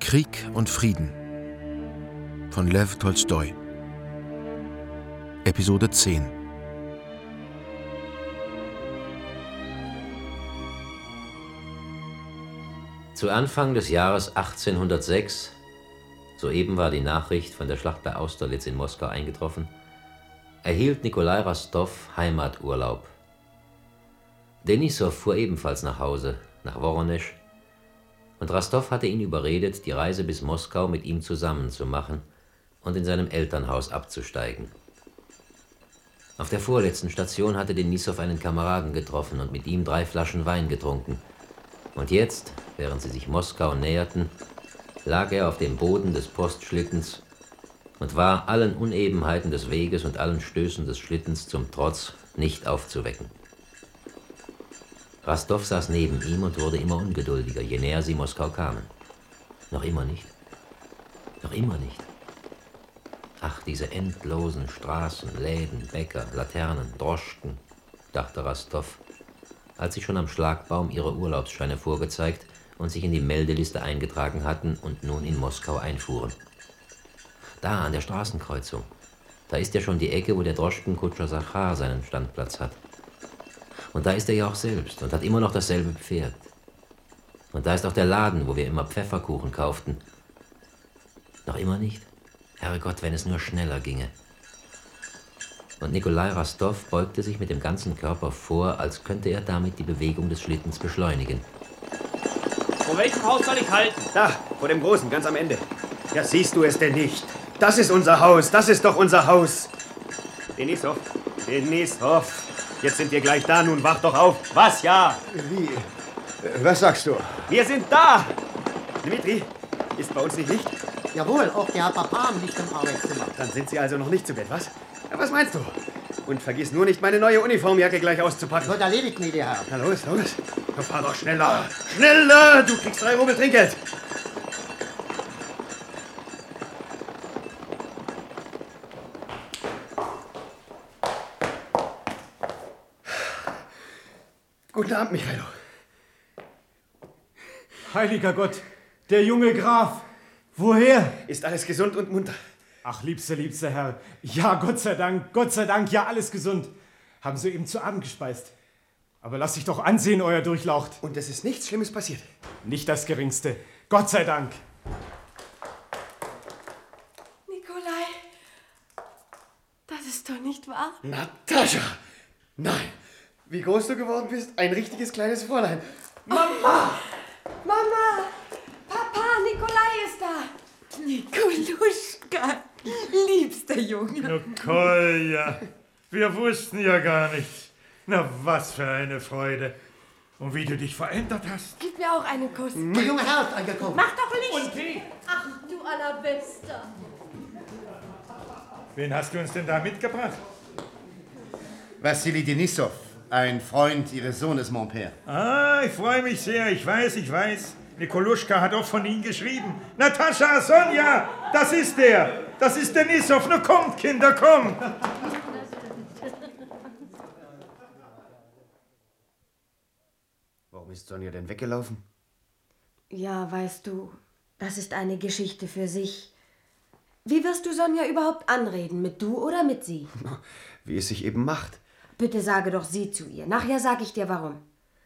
Krieg und Frieden von Lew Tolstoi. Episode 10. Zu Anfang des Jahres 1806, soeben war die Nachricht von der Schlacht bei Austerlitz in Moskau eingetroffen, erhielt Nikolai Rastow Heimaturlaub. Denissow fuhr ebenfalls nach Hause, nach Woronesch, und Rastow hatte ihn überredet, die Reise bis Moskau mit ihm zusammen zu machen und in seinem Elternhaus abzusteigen. Auf der vorletzten Station hatte Denissow einen Kameraden getroffen und mit ihm 3 Flaschen Wein getrunken. Und jetzt, während sie sich Moskau näherten, lag er auf dem Boden des Postschlittens und war allen Unebenheiten des Weges und allen Stößen des Schlittens zum Trotz nicht aufzuwecken. Rastow saß neben ihm und wurde immer ungeduldiger, je näher sie Moskau kamen. Noch immer nicht. Noch immer nicht. Ach, diese endlosen Straßen, Läden, Bäcker, Laternen, Droschken, dachte Rastow, als sie schon am Schlagbaum ihre Urlaubsscheine vorgezeigt und sich in die Meldeliste eingetragen hatten und nun in Moskau einfuhren. Da, an der Straßenkreuzung, da ist ja schon die Ecke, wo der Droschkenkutscher Sachar seinen Standplatz hat. Und da ist er ja auch selbst und hat immer noch dasselbe Pferd. Und da ist auch der Laden, wo wir immer Pfefferkuchen kauften. Noch immer nicht? Herrgott, wenn es nur schneller ginge. Und Nikolai Rastow beugte sich mit dem ganzen Körper vor, als könnte er damit die Bewegung des Schlittens beschleunigen. Vor welchem Haus soll ich halten? Da, vor dem Großen, ganz am Ende. Ja, siehst du es denn nicht? Das ist unser Haus, das ist doch unser Haus. Denissow, jetzt sind wir gleich da, nun wach doch auf. Was, ja? Wie? Was sagst du? Wir sind da! Dmitri, ist bei uns nicht Licht? Jawohl, auch der Papa am Licht im Arbeitszimmer. Dann sind Sie also noch nicht zu Bett, was? Ja, was meinst du? Und vergiss nur nicht, meine neue Uniformjacke gleich auszupacken. Wird erledigt, gnädiger Herr. Na los. Na, fahr doch schneller. Schneller! Du kriegst 3 Rubel Trinkgeld. Guten Abend, Michailo. Heiliger Gott, der junge Graf. Woher? Ist alles gesund und munter? Ach, liebster Herr. Ja, Gott sei Dank, ja, alles gesund. Haben soeben zu Abend gespeist. Aber lass dich doch ansehen, euer Durchlaucht. Und es ist nichts Schlimmes passiert? Nicht das Geringste. Gott sei Dank. Nikolai, das ist doch nicht wahr. Natascha! Nein! Wie groß du geworden bist, ein richtiges kleines Fräulein. Mama! Mama! Papa, Nikolai ist da! Nikoluschka, liebster Junge. Na Kolja, wir wussten ja gar nichts. Na, was für eine Freude. Und wie du dich verändert hast. Gib mir auch einen Kuss. Der junge Herr ist angekommen. Mach doch Licht! Und Tee. Ach, du Allerbester. Wen hast du uns denn da mitgebracht? Wassili Denissow, ein Freund Ihres Sohnes, mon père. Ah, ich freue mich sehr. Ich weiß. Nikoluschka hat auch von Ihnen geschrieben. Natascha, Sonja, das ist der. Das ist Denissow. Na kommt, Kinder, kommt. Warum ist Sonja denn weggelaufen? Ja, weißt du, das ist eine Geschichte für sich. Wie wirst du Sonja überhaupt anreden, mit du oder mit sie? Wie es sich eben macht. Bitte sage doch sie zu ihr. Nachher sage ich dir, warum.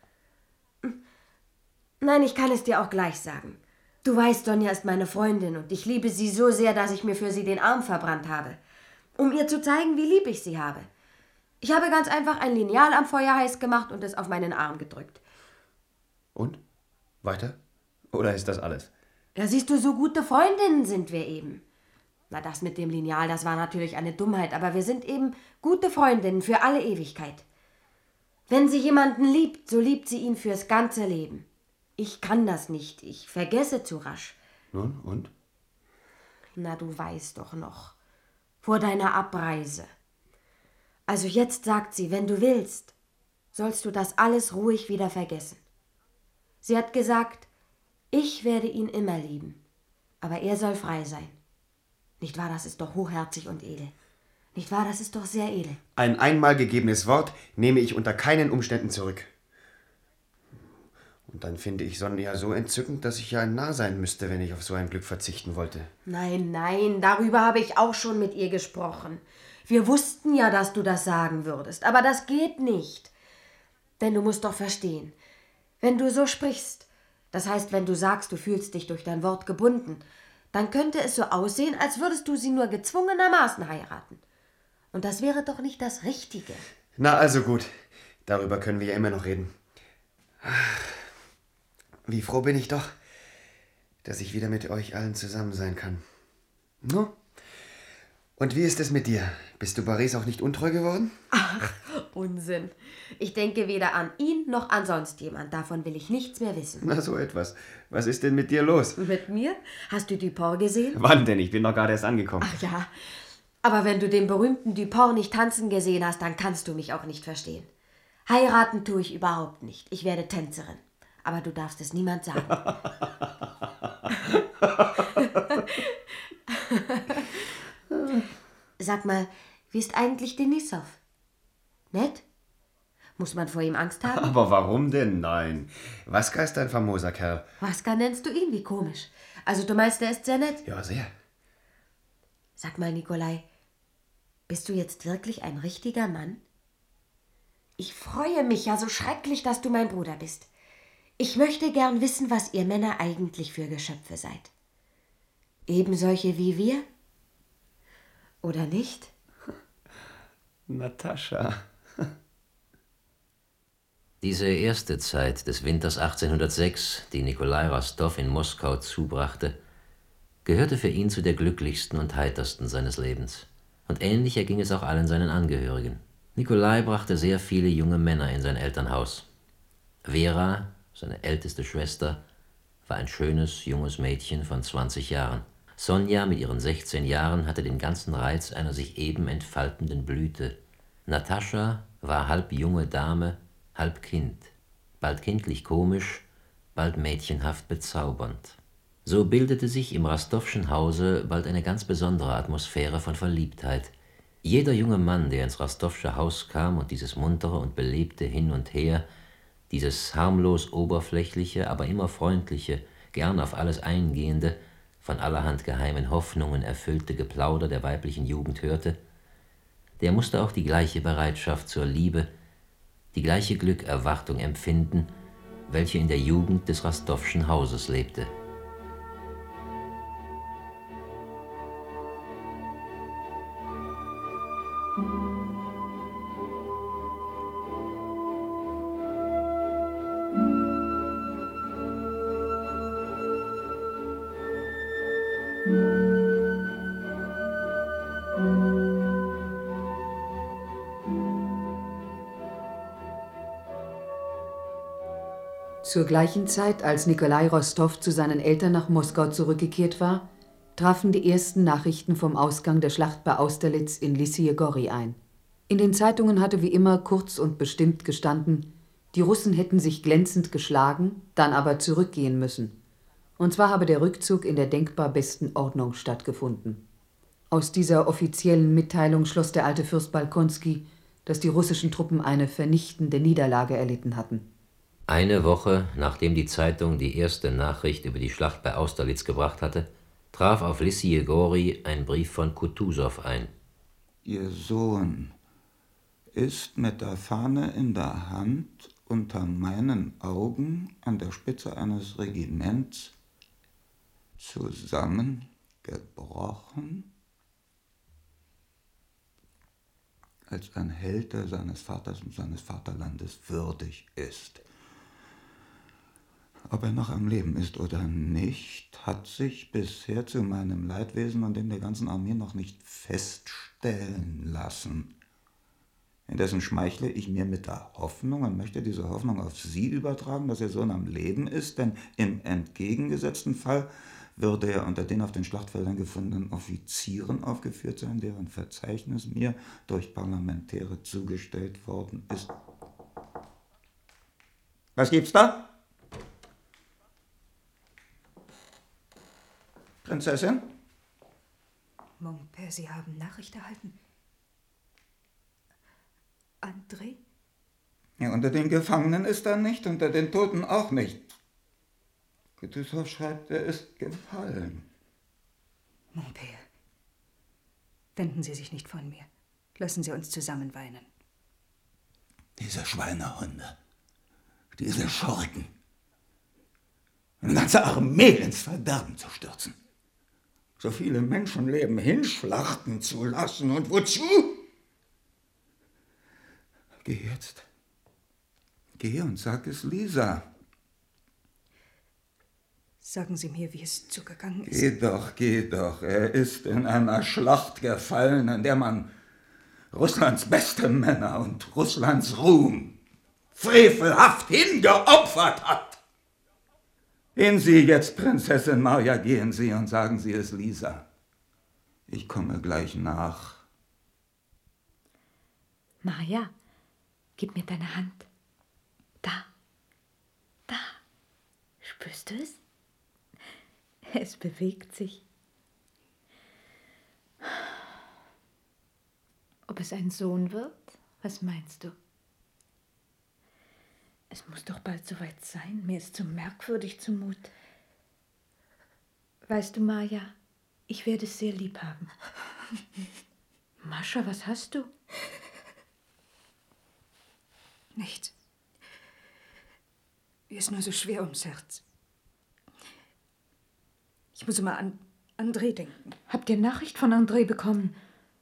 Nein, ich kann es dir auch gleich sagen. Du weißt, Sonja ist meine Freundin und ich liebe sie so sehr, dass ich mir für sie den Arm verbrannt habe. Um ihr zu zeigen, wie lieb ich sie habe. Ich habe ganz einfach ein Lineal am Feuer heiß gemacht und es auf meinen Arm gedrückt. Und? Weiter? Oder ist das alles? Ja, siehst du, so gute Freundinnen sind wir eben. Na, das mit dem Lineal, das war natürlich eine Dummheit, aber wir sind eben gute Freundinnen für alle Ewigkeit. Wenn sie jemanden liebt, so liebt sie ihn fürs ganze Leben. Ich kann das nicht, ich vergesse zu rasch. Nun, und? Na, du weißt doch noch. Vor deiner Abreise. Also jetzt sagt sie, wenn du willst, sollst du das alles ruhig wieder vergessen. Sie hat gesagt, ich werde ihn immer lieben, aber er soll frei sein. Nicht wahr, das ist doch hochherzig und edel. Nicht wahr, das ist doch sehr edel. Ein einmal gegebenes Wort nehme ich unter keinen Umständen zurück. Und dann finde ich Sonja so entzückend, dass ich ja ein Narr sein müsste, wenn ich auf so ein Glück verzichten wollte. Nein, nein, darüber habe ich auch schon mit ihr gesprochen. Wir wussten ja, dass du das sagen würdest, aber das geht nicht. Denn du musst doch verstehen, wenn du so sprichst, das heißt, wenn du sagst, du fühlst dich durch dein Wort gebunden, dann könnte es so aussehen, als würdest du sie nur gezwungenermaßen heiraten. Und das wäre doch nicht das Richtige. Na, also gut. Darüber können wir ja immer noch reden. Wie froh bin ich doch, dass ich wieder mit euch allen zusammen sein kann. No? Und wie ist es mit dir? Bist du Paris auch nicht untreu geworden? Ach, Unsinn. Ich denke weder an ihn noch an sonst jemand. Davon will ich nichts mehr wissen. Na, so etwas. Was ist denn mit dir los? Mit mir? Hast du Dupont gesehen? Wann denn? Ich bin noch gerade erst angekommen. Ach ja, aber wenn du den berühmten Dupont nicht tanzen gesehen hast, dann kannst du mich auch nicht verstehen. Heiraten tue ich überhaupt nicht. Ich werde Tänzerin. Aber du darfst es niemand sagen. Sag mal, wie ist eigentlich Denisov? Nett? Muss man vor ihm Angst haben? Aber warum denn? Nein. Waska ist ein famoser Kerl. Waska nennst du ihn? Wie komisch. Also du meinst, er ist sehr nett? Ja, sehr. Sag mal, Nikolai, bist du jetzt wirklich ein richtiger Mann? Ich freue mich ja so schrecklich, dass du mein Bruder bist. Ich möchte gern wissen, was ihr Männer eigentlich für Geschöpfe seid. Eben solche wie wir? Oder nicht? Natascha. Diese erste Zeit des Winters 1806, die Nikolai Rostow in Moskau zubrachte, gehörte für ihn zu der glücklichsten und heitersten seines Lebens. Und ähnlich erging es auch allen seinen Angehörigen. Nikolai brachte sehr viele junge Männer in sein Elternhaus. Vera, seine älteste Schwester, war ein schönes, junges Mädchen von 20 Jahren. Sonja mit ihren 16 Jahren hatte den ganzen Reiz einer sich eben entfaltenden Blüte. Natascha war halb junge Dame, halb Kind, bald kindlich komisch, bald mädchenhaft bezaubernd. So bildete sich im Rostowschen Hause bald eine ganz besondere Atmosphäre von Verliebtheit. Jeder junge Mann, der ins Rostowsche Haus kam und dieses muntere und belebte Hin und Her, dieses harmlos oberflächliche, aber immer freundliche, gern auf alles eingehende, von allerhand geheimen Hoffnungen erfüllte Geplauder der weiblichen Jugend hörte, der musste auch die gleiche Bereitschaft zur Liebe, die gleiche Glückerwartung empfinden, welche in der Jugend des Rostowschen Hauses lebte. Zur gleichen Zeit, als Nikolai Rostow zu seinen Eltern nach Moskau zurückgekehrt war, trafen die ersten Nachrichten vom Ausgang der Schlacht bei Austerlitz in Lysje Gori ein. In den Zeitungen hatte wie immer kurz und bestimmt gestanden, die Russen hätten sich glänzend geschlagen, dann aber zurückgehen müssen. Und zwar habe der Rückzug in der denkbar besten Ordnung stattgefunden. Aus dieser offiziellen Mitteilung schloss der alte Fürst Balkonski, dass die russischen Truppen eine vernichtende Niederlage erlitten hatten. Eine Woche, nachdem die Zeitung die erste Nachricht über die Schlacht bei Austerlitz gebracht hatte, traf auf Lysje Gori ein Brief von Kutusow ein. Ihr Sohn ist mit der Fahne in der Hand unter meinen Augen an der Spitze eines Regiments zusammengebrochen, als ein Held, der seines Vaters und seines Vaterlandes würdig ist. Ob er noch am Leben ist oder nicht, hat sich bisher zu meinem Leidwesen und dem der ganzen Armee noch nicht feststellen lassen. Indessen schmeichle ich mir mit der Hoffnung und möchte diese Hoffnung auf Sie übertragen, dass Ihr Sohn am Leben ist, denn im entgegengesetzten Fall würde er unter den auf den Schlachtfeldern gefundenen Offizieren aufgeführt sein, deren Verzeichnis mir durch Parlamentäre zugestellt worden ist. Was gibt's da? Prinzessin? Mon Père, Sie haben Nachricht erhalten. André? Ja, unter den Gefangenen ist er nicht, unter den Toten auch nicht. Kutuzov schreibt, er ist gefallen. Mon Père, wenden Sie sich nicht von mir. Lassen Sie uns zusammen weinen. Diese Schweinehunde, diese Schurken, eine ganze Armee ins Verderben zu stürzen, so viele Menschenleben hinschlachten zu lassen und wozu? Geh jetzt. Geh und sag es Lisa. Sagen Sie mir, wie es zugegangen ist. Geh doch. Er ist in einer Schlacht gefallen, in der man Russlands beste Männer und Russlands Ruhm frevelhaft hingeopfert hat. Gehen Sie jetzt, Prinzessin Marja, gehen Sie und sagen Sie es Lisa. Ich komme gleich nach. Marja, gib mir deine Hand. Da. Spürst du es? Es bewegt sich. Ob es ein Sohn wird? Was meinst du? Es muss doch bald soweit sein. Mir ist so merkwürdig zumut. Weißt du, Marja, ich werde es sehr lieb haben. Mascha, was hast du? Nichts. Mir ist nur so schwer ums Herz. Ich muss immer an André denken. Habt ihr Nachricht von André bekommen?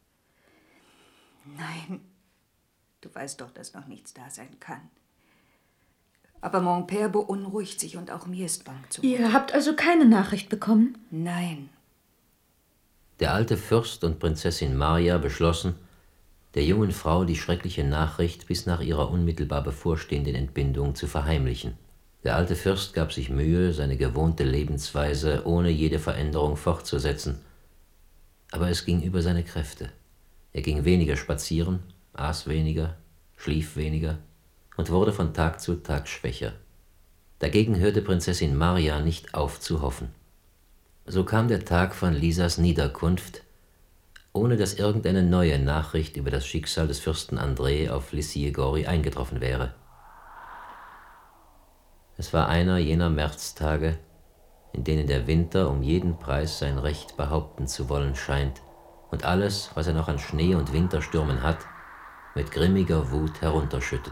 Nein. Du weißt doch, dass noch nichts da sein kann. Aber Mon Père beunruhigt sich und auch mir ist bang zumute. Ihr habt also keine Nachricht bekommen? Nein. Der alte Fürst und Prinzessin Marja beschlossen, der jungen Frau die schreckliche Nachricht bis nach ihrer unmittelbar bevorstehenden Entbindung zu verheimlichen. Der alte Fürst gab sich Mühe, seine gewohnte Lebensweise ohne jede Veränderung fortzusetzen. Aber es ging über seine Kräfte. Er ging weniger spazieren, aß weniger, schlief weniger und wurde von Tag zu Tag schwächer. Dagegen hörte Prinzessin Marja nicht auf zu hoffen. So kam der Tag von Lisas Niederkunft, ohne dass irgendeine neue Nachricht über das Schicksal des Fürsten André auf Lyssie Gori eingetroffen wäre. Es war einer jener Märztage, in denen der Winter um jeden Preis sein Recht behaupten zu wollen scheint und alles, was er noch an Schnee- und Winterstürmen hat, mit grimmiger Wut herunterschüttet.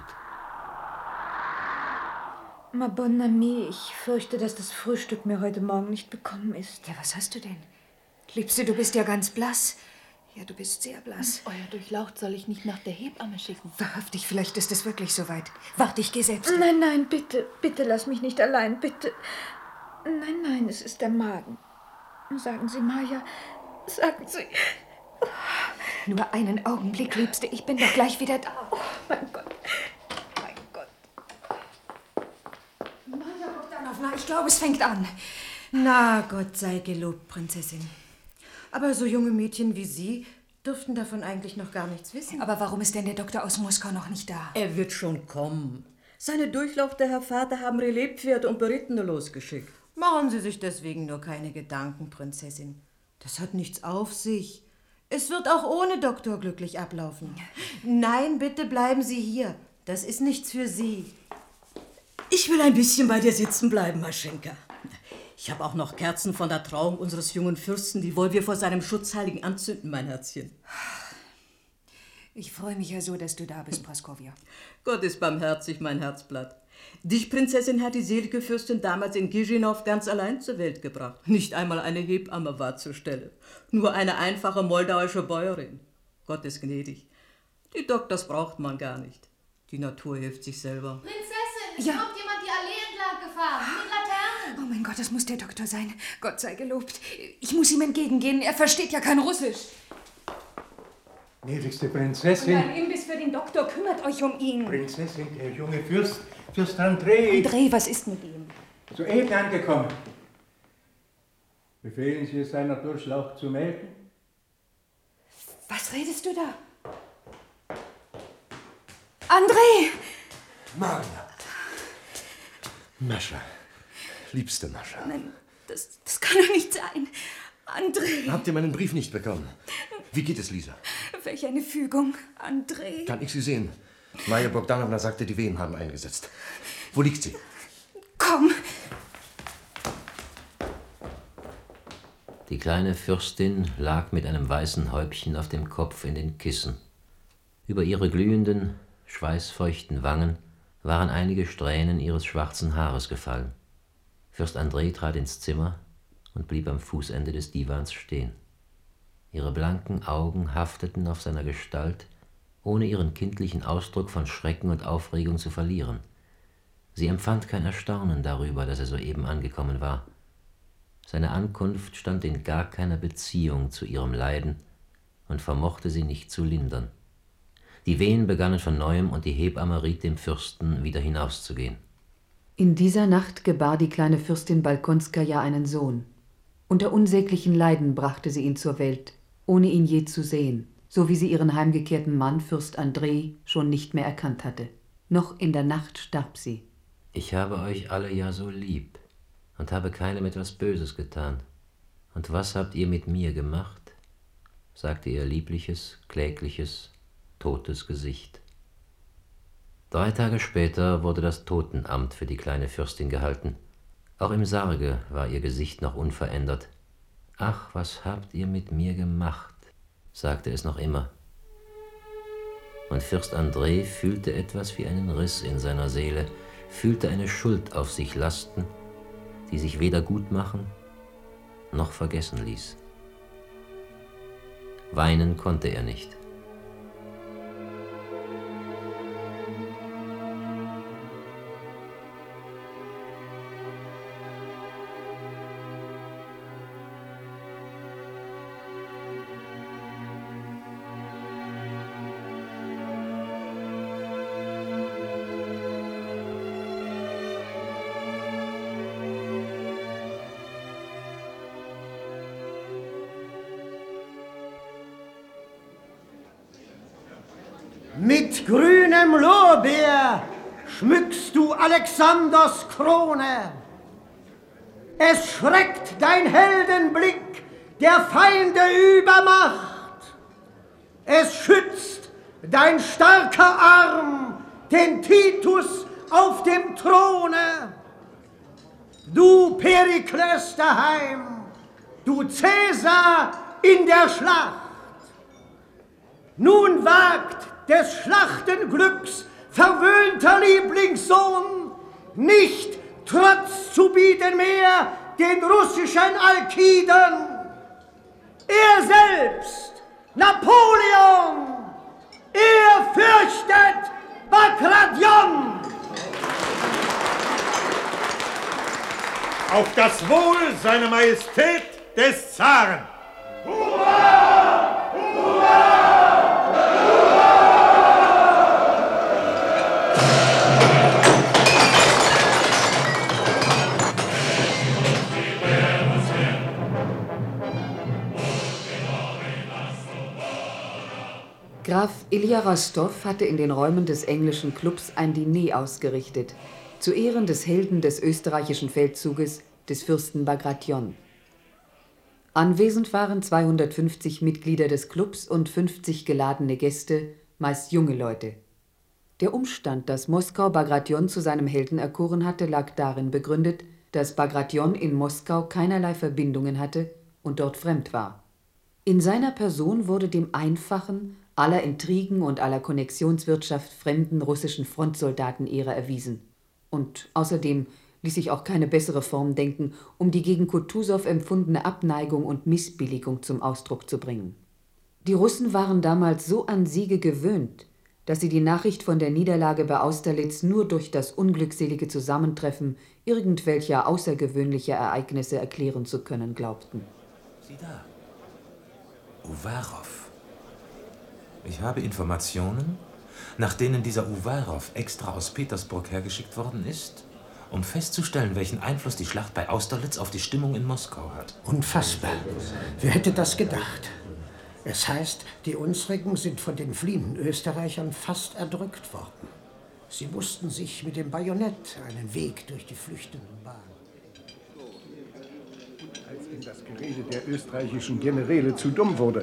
Ma bonne amie, ich fürchte, dass das Frühstück mir heute Morgen nicht bekommen ist. Ja, was hast du denn? Liebste, du bist ja ganz blass. Ja, du bist sehr blass. Euer Durchlaucht soll ich nicht nach der Hebamme schicken. Wahrhaftig, vielleicht ist es wirklich soweit. Warte, ich gehe selbst. Nein, bitte lass mich nicht allein, bitte. Nein, es ist der Magen. Sagen Sie, Marja, sagen Sie. Nur einen Augenblick, Liebste, ich bin doch gleich wieder da. Oh, mein Gott. Marja Bogdanowna, ich glaube, es fängt an. Na, Gott sei gelobt, Prinzessin. Aber so junge Mädchen wie Sie dürften davon eigentlich noch gar nichts wissen. Aber warum ist denn der Doktor aus Moskau noch nicht da? Er wird schon kommen. Seine durchlauchte Herr Vater haben Relaispferde und Berittene losgeschickt. Machen Sie sich deswegen nur keine Gedanken, Prinzessin. Das hat nichts auf sich. Es wird auch ohne Doktor glücklich ablaufen. Nein, bitte bleiben Sie hier. Das ist nichts für Sie. Ich will ein bisschen bei dir sitzen bleiben, Maschenka. Ich habe auch noch Kerzen von der Trauung unseres jungen Fürsten, die wollen wir vor seinem Schutzheiligen anzünden, mein Herzchen. Ich freue mich ja so, dass du da bist, Praskovja. Gott ist barmherzig, mein Herzblatt. Dich, Prinzessin, hat die selige Fürstin damals in Gisinow ganz allein zur Welt gebracht. Nicht einmal eine Hebamme war zur Stelle. Nur eine einfache moldauische Bäuerin. Gott ist gnädig. Die Doktors braucht man gar nicht. Die Natur hilft sich selber. Prinzessin, es kommt jemand die Allee entlang gefahren, mit Laternen. Oh mein Gott, das muss der Doktor sein. Gott sei gelobt. Ich muss ihm entgegengehen, er versteht ja kein Russisch. Gnädigste Prinzessin. Und ein Imbiss für den Doktor, kümmert euch um ihn. Prinzessin, der junge Fürst André. André, was ist mit ihm? Soeben angekommen. Befehlen Sie es, seiner Durchlaucht zu melden? Was redest du da? André! Marja. Mascha. Liebste Mascha. Nein, das kann doch nicht sein. André! Habt ihr meinen Brief nicht bekommen? Wie geht es, Lisa? Welch eine Fügung, André. Kann ich sie sehen? Maja Bogdanowna sagte, die Wehen haben eingesetzt. Wo liegt sie? Komm! Die kleine Fürstin lag mit einem weißen Häubchen auf dem Kopf in den Kissen. Über ihre glühenden, schweißfeuchten Wangen waren einige Strähnen ihres schwarzen Haares gefallen. Fürst André trat ins Zimmer und blieb am Fußende des Divans stehen. Ihre blanken Augen hafteten auf seiner Gestalt, ohne ihren kindlichen Ausdruck von Schrecken und Aufregung zu verlieren. Sie empfand kein Erstaunen darüber, dass er soeben angekommen war. Seine Ankunft stand in gar keiner Beziehung zu ihrem Leiden und vermochte sie nicht zu lindern. Die Wehen begannen von neuem und die Hebamme riet dem Fürsten, wieder hinauszugehen. In dieser Nacht gebar die kleine Fürstin Balkonskaja einen Sohn. Unter unsäglichen Leiden brachte sie ihn zur Welt, ohne ihn je zu sehen, so wie sie ihren heimgekehrten Mann, Fürst André, schon nicht mehr erkannt hatte. Noch in der Nacht starb sie. Ich habe euch alle ja so lieb und habe keinem etwas Böses getan. Und was habt ihr mit mir gemacht? Sagte ihr liebliches, klägliches, totes Gesicht. 3 Tage später wurde das Totenamt für die kleine Fürstin gehalten. Auch im Sarge war ihr Gesicht noch unverändert. »Ach, was habt ihr mit mir gemacht?« sagte es noch immer. Und Fürst André fühlte etwas wie einen Riss in seiner Seele, fühlte eine Schuld auf sich lasten, die sich weder gutmachen noch vergessen ließ. Weinen konnte er nicht. Mit grünem Lorbeer schmückst du Alexanders Krone. Es schreckt dein Heldenblick der Feinde Übermacht. Es schützt dein starker Arm den Titus auf dem Throne. Du Perikles daheim, du Cäsar in der Schlacht. Nun wagt des Schlachtenglücks verwöhnter Lieblingssohn nicht Trotz zu bieten mehr den russischen Alkiden. Er selbst, Napoleon, er fürchtet Bagration. Auf das Wohl seiner Majestät des Zaren! Hurra! Hurra! Graf Ilja Rostow hatte in den Räumen des englischen Clubs ein Diner ausgerichtet, zu Ehren des Helden des österreichischen Feldzuges, des Fürsten Bagration. Anwesend waren 250 Mitglieder des Clubs und 50 geladene Gäste, meist junge Leute. Der Umstand, dass Moskau Bagration zu seinem Helden erkoren hatte, lag darin begründet, dass Bagration in Moskau keinerlei Verbindungen hatte und dort fremd war. In seiner Person wurde dem einfachen, aller Intrigen und aller Konnexionswirtschaft fremden russischen Frontsoldaten Ehre erwiesen. Und außerdem ließ sich auch keine bessere Form denken, um die gegen Kutusow empfundene Abneigung und Missbilligung zum Ausdruck zu bringen. Die Russen waren damals so an Siege gewöhnt, dass sie die Nachricht von der Niederlage bei Austerlitz nur durch das unglückselige Zusammentreffen irgendwelcher außergewöhnlicher Ereignisse erklären zu können glaubten. Sieh da. Uwarow. Ich habe Informationen, nach denen dieser Uwarow extra aus Petersburg hergeschickt worden ist, um festzustellen, welchen Einfluss die Schlacht bei Austerlitz auf die Stimmung in Moskau hat. Unfassbar. Wer hätte das gedacht? Es heißt, die unsrigen sind von den fliehenden Österreichern fast erdrückt worden. Sie mussten sich mit dem Bajonett einen Weg durch die Flüchtenden bahnen. Als ihm das Gerede der österreichischen Generäle zu dumm wurde,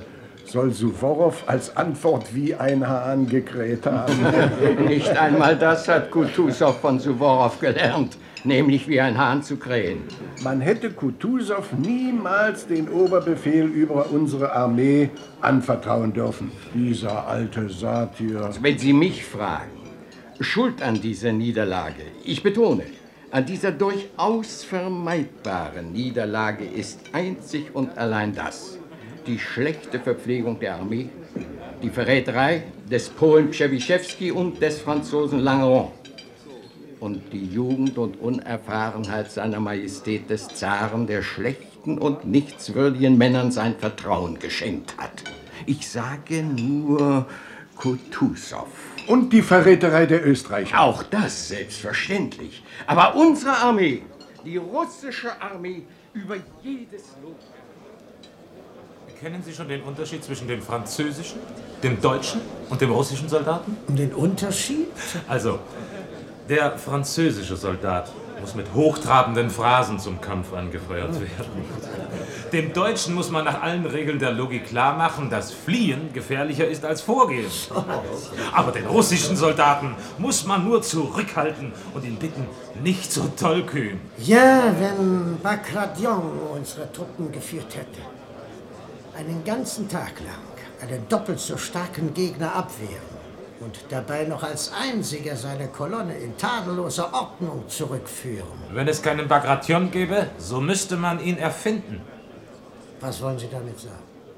soll Suworow als Antwort wie ein Hahn gekräht haben. Nicht einmal das hat Kutusow von Suworow gelernt, nämlich wie ein Hahn zu krähen. Man hätte Kutusow niemals den Oberbefehl über unsere Armee anvertrauen dürfen. Dieser alte Satyr. Wenn Sie mich fragen, Schuld an dieser Niederlage, ich betone, an dieser durchaus vermeidbaren Niederlage ist einzig und allein das: die schlechte Verpflegung der Armee, die Verräterei des Polen Przewierzewski und des Franzosen Langeron und die Jugend und Unerfahrenheit seiner Majestät des Zaren, der schlechten und nichtswürdigen Männern sein Vertrauen geschenkt hat. Ich sage nur Kutusow. Und die Verräterei der Österreicher. Auch das selbstverständlich. Aber unsere Armee, die russische Armee, über jedes Lob. Kennen Sie schon den Unterschied zwischen dem französischen, dem deutschen und dem russischen Soldaten? Den Unterschied? Also, der französische Soldat muss mit hochtrabenden Phrasen zum Kampf angefeuert werden. Dem Deutschen muss man nach allen Regeln der Logik klar machen, dass Fliehen gefährlicher ist als Vorgehen. Aber den russischen Soldaten muss man nur zurückhalten und ihn bitten, nicht so tollkühn. Ja, wenn Bagration unsere Truppen geführt hätte. Einen ganzen Tag lang einen doppelt so starken Gegner abwehren und dabei noch als einziger seine Kolonne in tadelloser Ordnung zurückführen. Wenn es keinen Bagration gäbe, so müsste man ihn erfinden. Was wollen Sie damit sagen?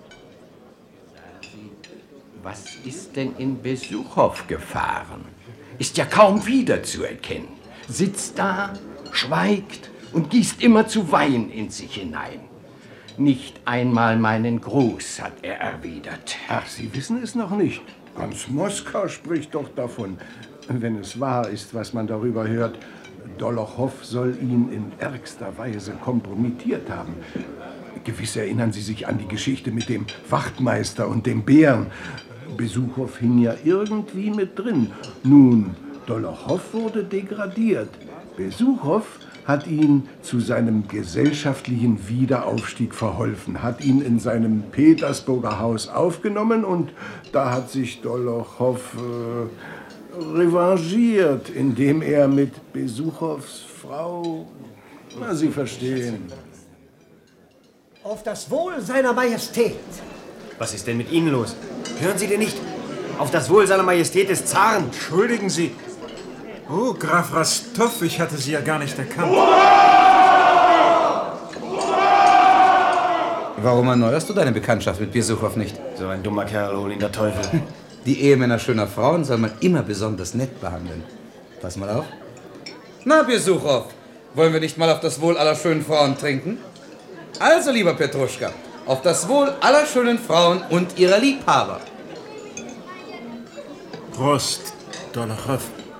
Was ist denn in Besuchow gefahren? Ist ja kaum wiederzuerkennen. Sitzt da, schweigt und gießt immer zu Wein in sich hinein. Nicht einmal meinen Gruß hat er erwidert. Ach, Sie wissen es noch nicht. Ganz Moskau spricht doch davon. Wenn es wahr ist, was man darüber hört, Dolochow soll ihn in ärgster Weise kompromittiert haben. Gewiss erinnern Sie sich an die Geschichte mit dem Wachtmeister und dem Bären. Besuchow hing ja irgendwie mit drin. Nun, Dolochow wurde degradiert. Besuchow hat ihn zu seinem gesellschaftlichen Wiederaufstieg verholfen, hat ihn in seinem Petersburger Haus aufgenommen und da hat sich Dolochow revanchiert, indem er mit Besuchows Frau, na, Sie verstehen. Auf das Wohl seiner Majestät. Was ist denn mit Ihnen los? Hören Sie denn nicht? Auf das Wohl seiner Majestät des Zaren. Entschuldigen Sie. Oh, Graf Rostov, ich hatte Sie ja gar nicht erkannt. Warum erneuerst du deine Bekanntschaft mit Besuchow nicht? So ein dummer Kerl, hol ihn der Teufel. Die Ehemänner schöner Frauen soll man immer besonders nett behandeln. Pass mal auf. Na, Besuchow, wollen wir nicht mal auf das Wohl aller schönen Frauen trinken? Also, lieber Petruschka, auf das Wohl aller schönen Frauen und ihrer Liebhaber. Prost, Dolochow.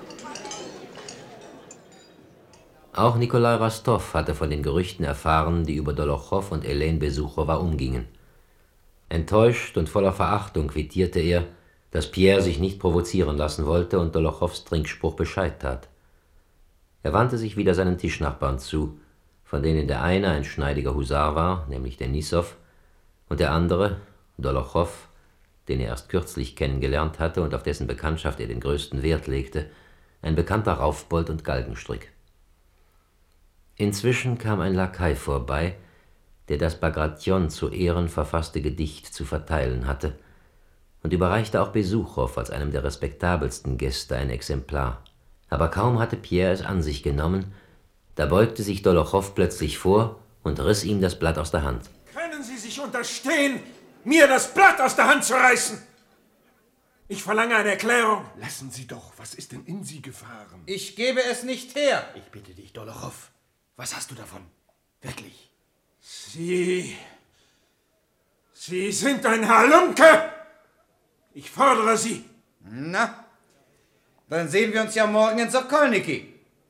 Auch Nikolai Rostov hatte von den Gerüchten erfahren, die über Dolochow und Helene Besuchowa umgingen. Enttäuscht und voller Verachtung quittierte er, dass Pierre sich nicht provozieren lassen wollte und Dolochows Trinkspruch Bescheid tat. Er wandte sich wieder seinen Tischnachbarn zu, von denen der eine ein schneidiger Husar war, nämlich Denissow, und der andere, Dolochow, den er erst kürzlich kennengelernt hatte und auf dessen Bekanntschaft er den größten Wert legte, ein bekannter Raufbold und Galgenstrick. Inzwischen kam ein Lakai vorbei, der das Bagration zu Ehren verfasste Gedicht zu verteilen hatte, und überreichte auch Besuchow als einem der respektabelsten Gäste ein Exemplar. Aber kaum hatte Pierre es an sich genommen, da beugte sich Dolochow plötzlich vor und riss ihm das Blatt aus der Hand. Können Sie sich unterstehen, mir das Blatt aus der Hand zu reißen? Ich verlange eine Erklärung. Lassen Sie doch, was ist denn in Sie gefahren? Ich gebe es nicht her. Ich bitte dich, Dolochow. Was hast du davon? Wirklich? Sie sind ein Halunke! Ich fordere Sie! Na, dann sehen wir uns ja morgen in Sokolniki.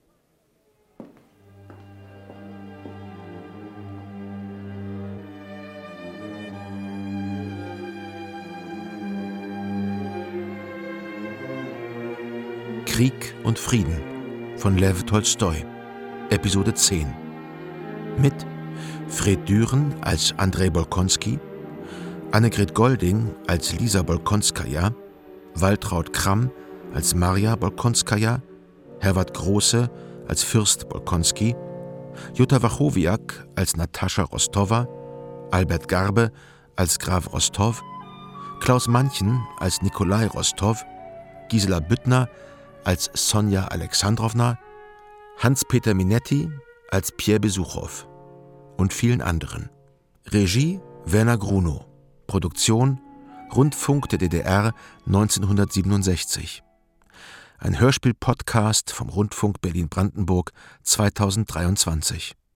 Krieg und Frieden von Lew Tolstoi, Episode 10. Mit Fred Düren als Andrei Bolkonski, Annegret Golding als Lisa Bolkonskaja, Waltraud Kramm als Maria Bolkonskaja, Herwart Große als Fürst Bolkonski, Jutta Wachowiak als Natascha Rostowa, Albert Garbe als Graf Rostow, Klaus Manchen als Nikolai Rostow, Gisela Büttner als Sonja Alexandrowna, Hans-Peter Minetti als Pierre Besuchow und vielen anderen. Regie Werner Grunow. Produktion Rundfunk der DDR 1967. Ein Hörspiel-Podcast vom Rundfunk Berlin-Brandenburg 2023.